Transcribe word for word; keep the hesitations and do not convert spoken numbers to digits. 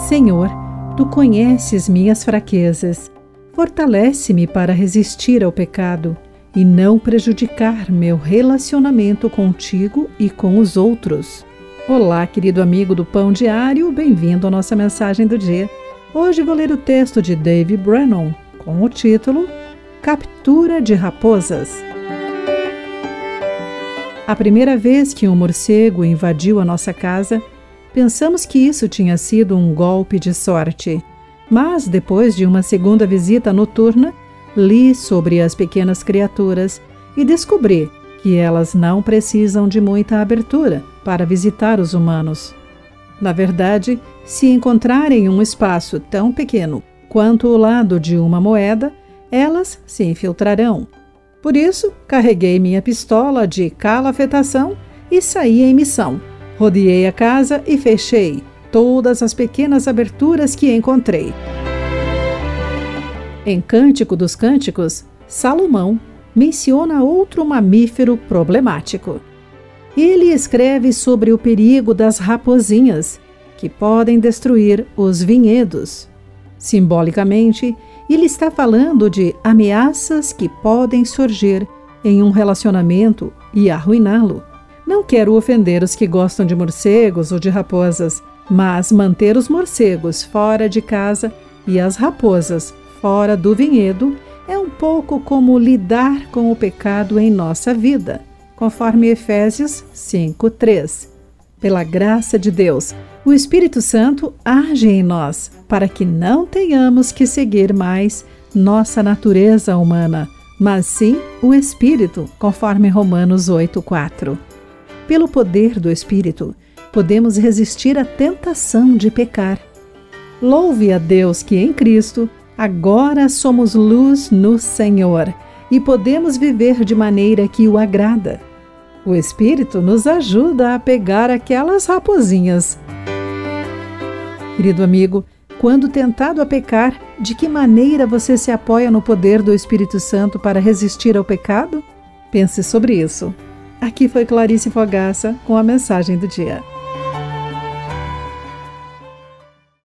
Senhor, Tu conheces minhas fraquezas. Fortalece-me para resistir ao pecado e não prejudicar meu relacionamento contigo e com os outros. Olá, querido amigo do Pão Diário, bem-vindo à nossa mensagem do dia. Hoje vou ler o texto de Dave Brennan com o título Captura de Raposas. A primeira vez que um morcego invadiu a nossa casa, pensamos que isso tinha sido um golpe de sorte. Mas, depois de uma segunda visita noturna, li sobre as pequenas criaturas e descobri que elas não precisam de muita abertura para visitar os humanos. Na verdade, se encontrarem um espaço tão pequeno quanto o lado de uma moeda, elas se infiltrarão. Por isso, carreguei minha pistola de calafetação e saí em missão. Rodeei a casa e fechei todas as pequenas aberturas que encontrei. Em Cântico dos Cânticos, Salomão menciona outro mamífero problemático. Ele escreve sobre o perigo das raposinhas, que podem destruir os vinhedos. Simbolicamente, ele está falando de ameaças que podem surgir em um relacionamento e arruiná-lo. Não quero ofender os que gostam de morcegos ou de raposas, mas manter os morcegos fora de casa e as raposas fora do vinhedo é um pouco como lidar com o pecado em nossa vida, conforme Efésios cinco, três. Pela graça de Deus, o Espírito Santo age em nós para que não tenhamos que seguir mais nossa natureza humana, mas sim o Espírito, conforme Romanos oito, quatro. Pelo poder do Espírito, podemos resistir à tentação de pecar. Louve a Deus que em Cristo agora somos luz no Senhor e podemos viver de maneira que o agrada. O Espírito nos ajuda a pegar aquelas raposinhas. Querido amigo, quando tentado a pecar, de que maneira você se apoia no poder do Espírito Santo para resistir ao pecado? Pense sobre isso. Aqui foi Clarice Fogaça com a mensagem do dia.